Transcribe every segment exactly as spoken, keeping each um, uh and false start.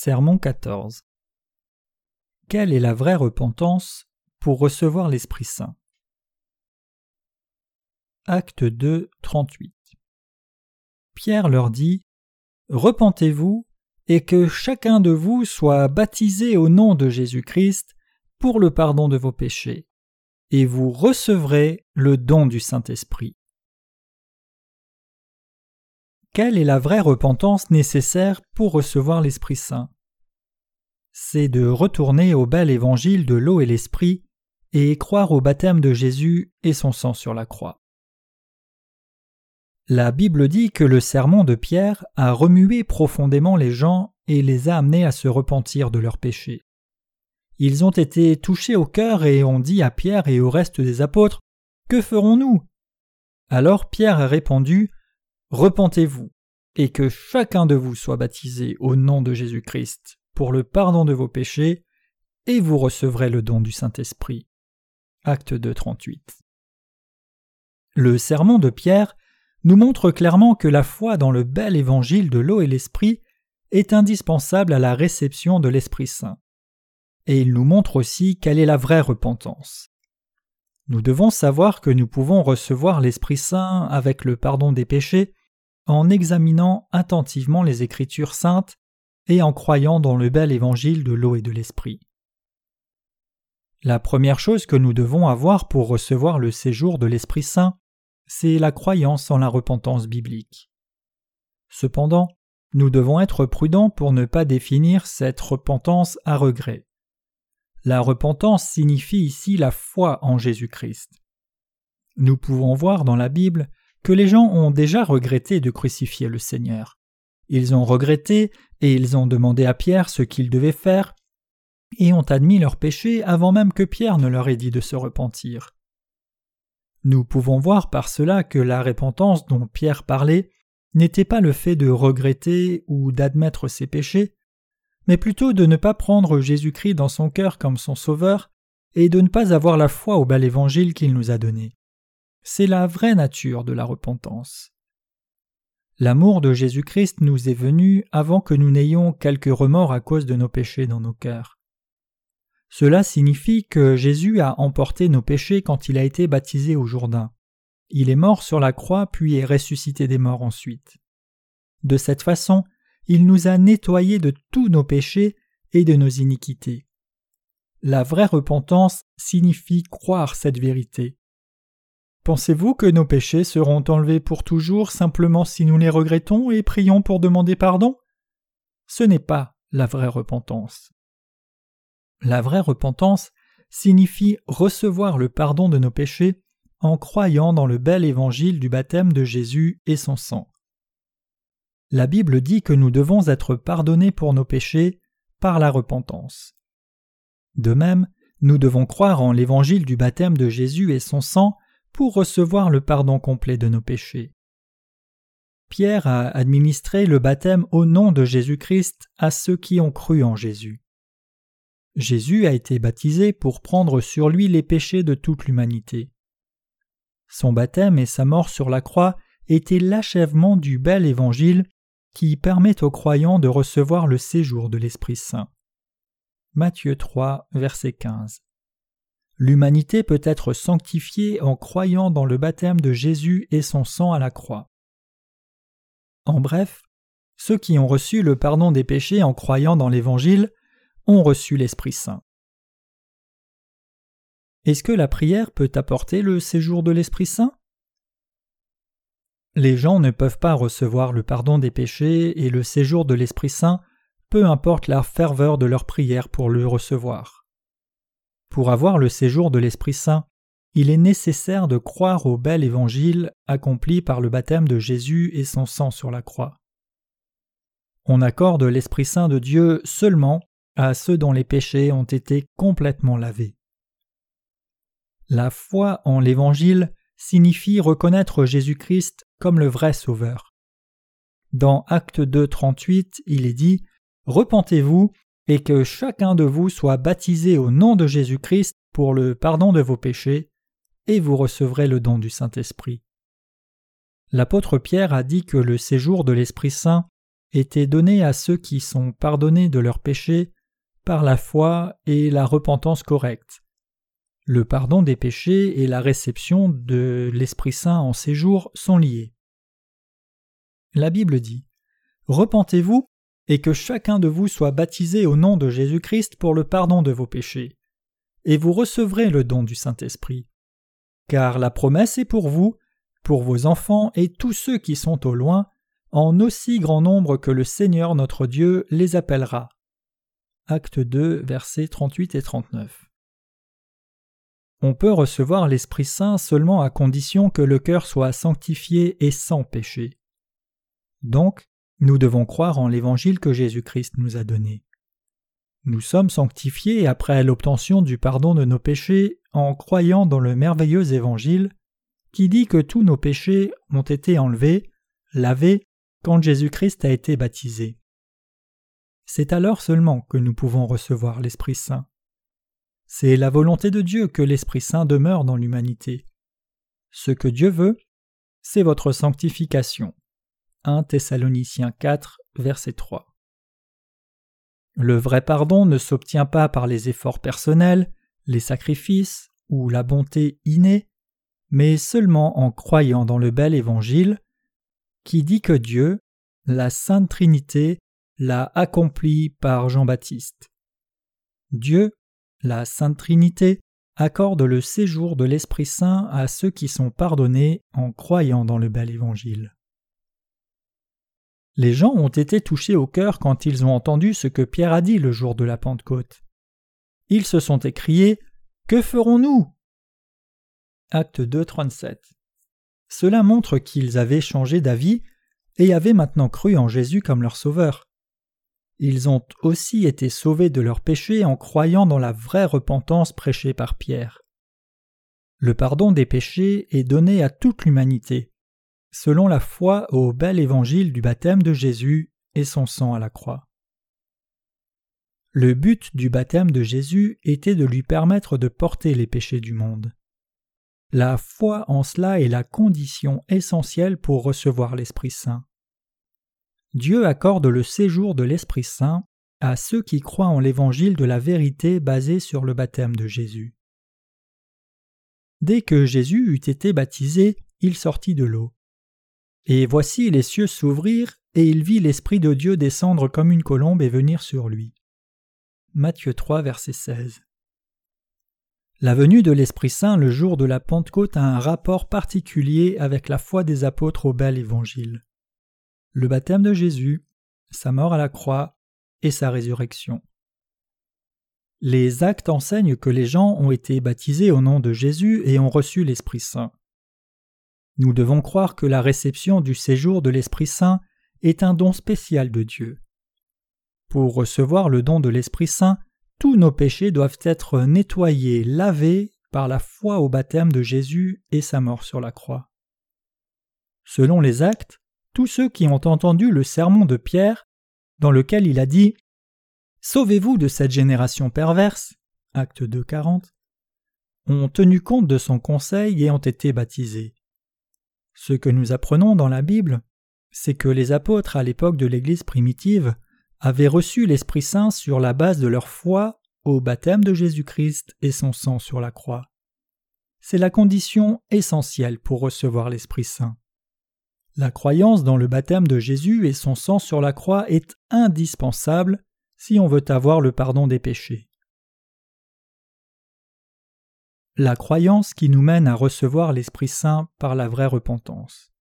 Sermon quatorze. Quelle est la vraie repentance pour recevoir l'Esprit Saint? Acte deux, trente-huit. Pierre leur dit : Repentez-vous et que chacun de vous soit baptisé au nom de Jésus-Christ pour le pardon de vos péchés, et vous recevrez le don du Saint-Esprit. Quelle est la vraie repentance nécessaire pour recevoir l'Esprit Saint? C'est de retourner au bel évangile de l'eau et l'Esprit et croire au baptême de Jésus et son sang sur la croix. La Bible dit que le sermon de Pierre a remué profondément les gens et les a amenés à se repentir de leurs péchés. Ils ont été touchés au cœur et ont dit à Pierre et au reste des apôtres : « Que ferons-nous » Alors Pierre a répondu : « Repentez-vous, et que chacun de vous soit baptisé au nom de Jésus-Christ pour le pardon de vos péchés, et vous recevrez le don du Saint-Esprit. » Acte deux, trente-huit. Le sermon de Pierre nous montre clairement que la foi dans le bel évangile de l'eau et l'Esprit est indispensable à la réception de l'Esprit Saint. Et il nous montre aussi quelle est la vraie repentance. Nous devons savoir que nous pouvons recevoir l'Esprit Saint avec le pardon des péchés en examinant attentivement les Écritures saintes et en croyant dans le bel évangile de l'eau et de l'Esprit. La première chose que nous devons avoir pour recevoir le séjour de l'Esprit Saint, c'est la croyance en la repentance biblique. Cependant, nous devons être prudents pour ne pas définir cette repentance à regret. La repentance signifie ici la foi en Jésus-Christ. Nous pouvons voir dans la Bible que les gens ont déjà regretté de crucifier le Seigneur. Ils ont regretté et ils ont demandé à Pierre ce qu'ils devaient faire et ont admis leurs péchés avant même que Pierre ne leur ait dit de se repentir. Nous pouvons voir par cela que la repentance dont Pierre parlait n'était pas le fait de regretter ou d'admettre ses péchés, mais plutôt de ne pas prendre Jésus-Christ dans son cœur comme son sauveur et de ne pas avoir la foi au bel évangile qu'il nous a donné. C'est la vraie nature de la repentance. L'amour de Jésus-Christ nous est venu avant que nous n'ayons quelque remords à cause de nos péchés dans nos cœurs. Cela signifie que Jésus a emporté nos péchés quand il a été baptisé au Jourdain. Il est mort sur la croix puis est ressuscité des morts ensuite. De cette façon, il nous a nettoyés de tous nos péchés et de nos iniquités. La vraie repentance signifie croire cette vérité. Pensez-vous que nos péchés seront enlevés pour toujours simplement si nous les regrettons et prions pour demander pardon? Ce n'est pas la vraie repentance. La vraie repentance signifie recevoir le pardon de nos péchés en croyant dans le bel évangile du baptême de Jésus et son sang. La Bible dit que nous devons être pardonnés pour nos péchés par la repentance. De même, nous devons croire en l'évangile du baptême de Jésus et son sang pour recevoir le pardon complet de nos péchés. Pierre a administré le baptême au nom de Jésus-Christ à ceux qui ont cru en Jésus. Jésus a été baptisé pour prendre sur lui les péchés de toute l'humanité. Son baptême et sa mort sur la croix étaient l'achèvement du bel évangile qui permet aux croyants de recevoir le séjour de l'Esprit Saint. Matthieu trois, verset quinze. L'humanité peut être sanctifiée en croyant dans le baptême de Jésus et son sang à la croix. En bref, ceux qui ont reçu le pardon des péchés en croyant dans l'Évangile ont reçu l'Esprit Saint. Est-ce que la prière peut apporter le séjour de l'Esprit Saint? Les gens ne peuvent pas recevoir le pardon des péchés et le séjour de l'Esprit Saint, peu importe la ferveur de leur prière pour le recevoir. Pour avoir le séjour de l'Esprit Saint, il est nécessaire de croire au bel évangile accompli par le baptême de Jésus et son sang sur la croix. On accorde l'Esprit Saint de Dieu seulement à ceux dont les péchés ont été complètement lavés. La foi en l'Évangile signifie reconnaître Jésus-Christ comme le vrai Sauveur. Dans Acte deux, trente-huit, il est dit « Repentez-vous et que chacun de vous soit baptisé au nom de Jésus-Christ pour le pardon de vos péchés, et vous recevrez le don du Saint-Esprit. » L'apôtre Pierre a dit que le séjour de l'Esprit Saint était donné à ceux qui sont pardonnés de leurs péchés par la foi et la repentance correcte. Le pardon des péchés et la réception de l'Esprit Saint en séjour sont liés. La Bible dit « Repentez-vous et que chacun de vous soit baptisé au nom de Jésus-Christ pour le pardon de vos péchés, et vous recevrez le don du Saint-Esprit. Car la promesse est pour vous, pour vos enfants et tous ceux qui sont au loin, en aussi grand nombre que le Seigneur notre Dieu les appellera. » Acte deux, versets trente-huit et trente-neuf. On peut recevoir l'Esprit Saint seulement à condition que le cœur soit sanctifié et sans péché. Donc, nous devons croire en l'Évangile que Jésus-Christ nous a donné. Nous sommes sanctifiés après l'obtention du pardon de nos péchés en croyant dans le merveilleux Évangile qui dit que tous nos péchés ont été enlevés, lavés, quand Jésus-Christ a été baptisé. C'est alors seulement que nous pouvons recevoir l'Esprit Saint. C'est la volonté de Dieu que l'Esprit Saint demeure dans l'humanité. Ce que Dieu veut, c'est votre sanctification. un Thessaloniciens quatre, verset trois. Le vrai pardon ne s'obtient pas par les efforts personnels, les sacrifices ou la bonté innée, mais seulement en croyant dans le bel Évangile qui dit que Dieu, la Sainte Trinité, l'a accompli par Jean-Baptiste. Dieu, la Sainte Trinité, accorde le séjour de l'Esprit Saint à ceux qui sont pardonnés en croyant dans le bel Évangile. Les gens ont été touchés au cœur quand ils ont entendu ce que Pierre a dit le jour de la Pentecôte. Ils se sont écriés « Que ferons-nous » Acte deux, trente-sept. Cela montre qu'ils avaient changé d'avis et avaient maintenant cru en Jésus comme leur sauveur. Ils ont aussi été sauvés de leurs péchés en croyant dans la vraie repentance prêchée par Pierre. Le pardon des péchés est donné à toute l'humanité, selon la foi au bel évangile du baptême de Jésus et son sang à la croix. Le but du baptême de Jésus était de lui permettre de porter les péchés du monde. La foi en cela est la condition essentielle pour recevoir l'Esprit Saint. Dieu accorde le séjour de l'Esprit Saint à ceux qui croient en l'évangile de la vérité basé sur le baptême de Jésus. Dès que Jésus eut été baptisé, il sortit de l'eau. Et voici les cieux s'ouvrirent, et il vit l'Esprit de Dieu descendre comme une colombe et venir sur lui. Matthieu trois, verset seize. La venue de l'Esprit Saint le jour de la Pentecôte a un rapport particulier avec la foi des apôtres au bel évangile. Le baptême de Jésus, sa mort à la croix et sa résurrection. Les actes enseignent que les gens ont été baptisés au nom de Jésus et ont reçu l'Esprit Saint. Nous devons croire que la réception du séjour de l'Esprit Saint est un don spécial de Dieu. Pour recevoir le don de l'Esprit Saint, tous nos péchés doivent être nettoyés, lavés par la foi au baptême de Jésus et sa mort sur la croix. Selon les actes, tous ceux qui ont entendu le sermon de Pierre, dans lequel il a dit « Sauvez-vous de cette génération perverse » Acte deux, quarante, ont tenu compte de son conseil et ont été baptisés. Ce que nous apprenons dans la Bible, c'est que les apôtres à l'époque de l'Église primitive avaient reçu l'Esprit Saint sur la base de leur foi au baptême de Jésus-Christ et son sang sur la croix. C'est la condition essentielle pour recevoir l'Esprit Saint. La croyance dans le baptême de Jésus et son sang sur la croix est indispensable si on veut avoir le pardon des péchés. La croyance qui nous mène à recevoir l'Esprit Saint par la vraie repentance.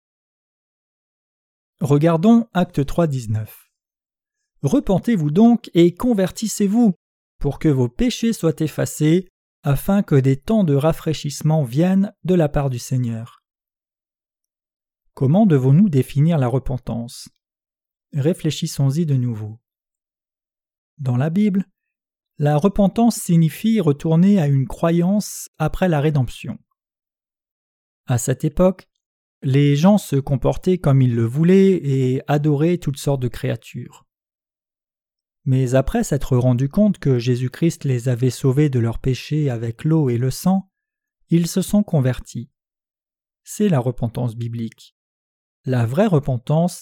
Regardons Acte trois, dix-neuf. Repentez-vous donc et convertissez-vous, pour que vos péchés soient effacés, afin que des temps de rafraîchissement viennent de la part du Seigneur. Comment devons-nous définir la repentance ? Réfléchissons-y de nouveau. Dans la Bible, la repentance signifie retourner à une croyance après la rédemption. À cette époque, les gens se comportaient comme ils le voulaient et adoraient toutes sortes de créatures. Mais après s'être rendu compte que Jésus-Christ les avait sauvés de leurs péchés avec l'eau et le sang, ils se sont convertis. C'est la repentance biblique. La vraie repentance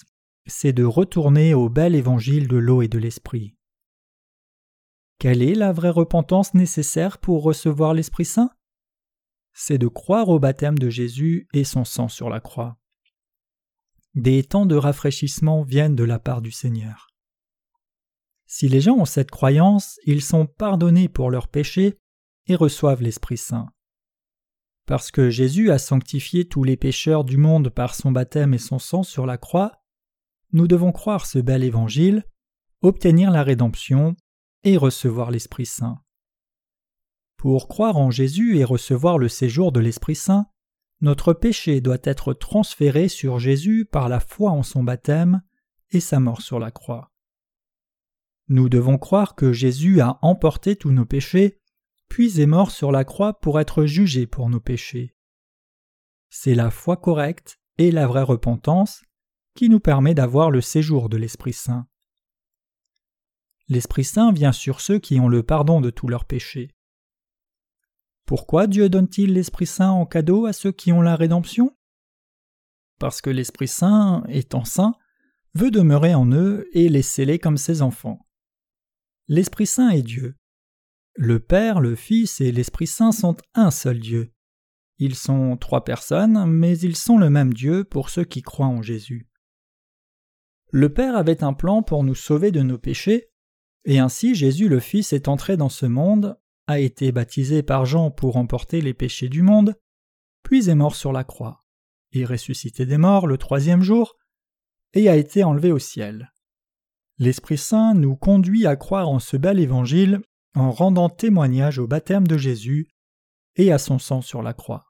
c'est de retourner au bel évangile de l'eau et de l'Esprit. Quelle est la vraie repentance nécessaire pour recevoir l'Esprit Saint ? C'est de croire au baptême de Jésus et son sang sur la croix. Des temps de rafraîchissement viennent de la part du Seigneur. Si les gens ont cette croyance, ils sont pardonnés pour leurs péchés et reçoivent l'Esprit Saint. Parce que Jésus a sanctifié tous les pécheurs du monde par son baptême et son sang sur la croix, nous devons croire ce bel évangile, obtenir la rédemption et recevoir l'Esprit Saint. Pour croire en Jésus et recevoir le séjour de l'Esprit Saint, notre péché doit être transféré sur Jésus par la foi en son baptême et sa mort sur la croix. Nous devons croire que Jésus a emporté tous nos péchés, puis est mort sur la croix pour être jugé pour nos péchés. C'est la foi correcte et la vraie repentance qui nous permet d'avoir le séjour de l'Esprit Saint. L'Esprit Saint vient sur ceux qui ont le pardon de tous leurs péchés. Pourquoi Dieu donne-t-il l'Esprit Saint en cadeau à ceux qui ont la rédemption ? Parce que l'Esprit Saint, étant saint, veut demeurer en eux et les sceller comme ses enfants. L'Esprit Saint est Dieu. Le Père, le Fils et l'Esprit Saint sont un seul Dieu. Ils sont trois personnes, mais ils sont le même Dieu pour ceux qui croient en Jésus. Le Père avait un plan pour nous sauver de nos péchés, et ainsi Jésus le Fils est entré dans ce monde, a été baptisé par Jean pour emporter les péchés du monde, puis est mort sur la croix, est ressuscité des morts le troisième jour, et a été enlevé au ciel. L'Esprit Saint nous conduit à croire en ce bel évangile en rendant témoignage au baptême de Jésus et à son sang sur la croix.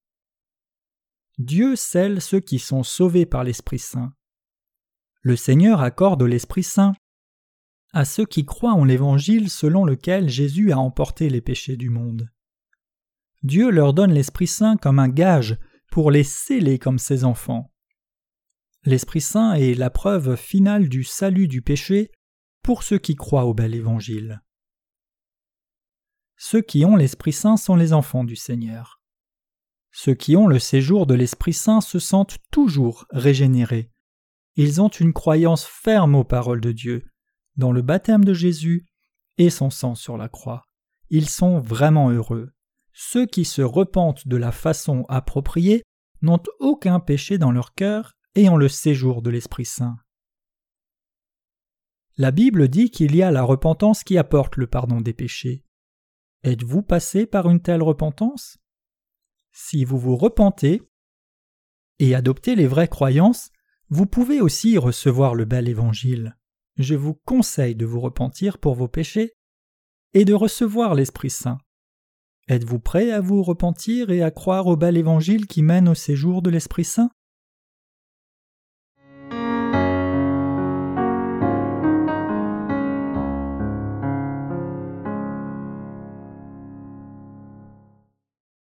Dieu scelle ceux qui sont sauvés par l'Esprit Saint. Le Seigneur accorde l'Esprit Saint à ceux qui croient en l'Évangile selon lequel Jésus a emporté les péchés du monde. Dieu leur donne l'Esprit Saint comme un gage pour les sceller comme ses enfants. L'Esprit Saint est la preuve finale du salut du péché pour ceux qui croient au bel Évangile. Ceux qui ont l'Esprit Saint sont les enfants du Seigneur. Ceux qui ont le séjour de l'Esprit Saint se sentent toujours régénérés. Ils ont une croyance ferme aux paroles de Dieu, dans le baptême de Jésus et son sang sur la croix. Ils sont vraiment heureux. Ceux qui se repentent de la façon appropriée n'ont aucun péché dans leur cœur et ont le séjour de l'Esprit Saint. La Bible dit qu'il y a la repentance qui apporte le pardon des péchés. Êtes-vous passé par une telle repentance ? Si vous vous repentez et adoptez les vraies croyances, vous pouvez aussi recevoir le bel évangile. Je vous conseille de vous repentir pour vos péchés et de recevoir l'Esprit Saint. Êtes-vous prêt à vous repentir et à croire au bel évangile qui mène au séjour de l'Esprit Saint ?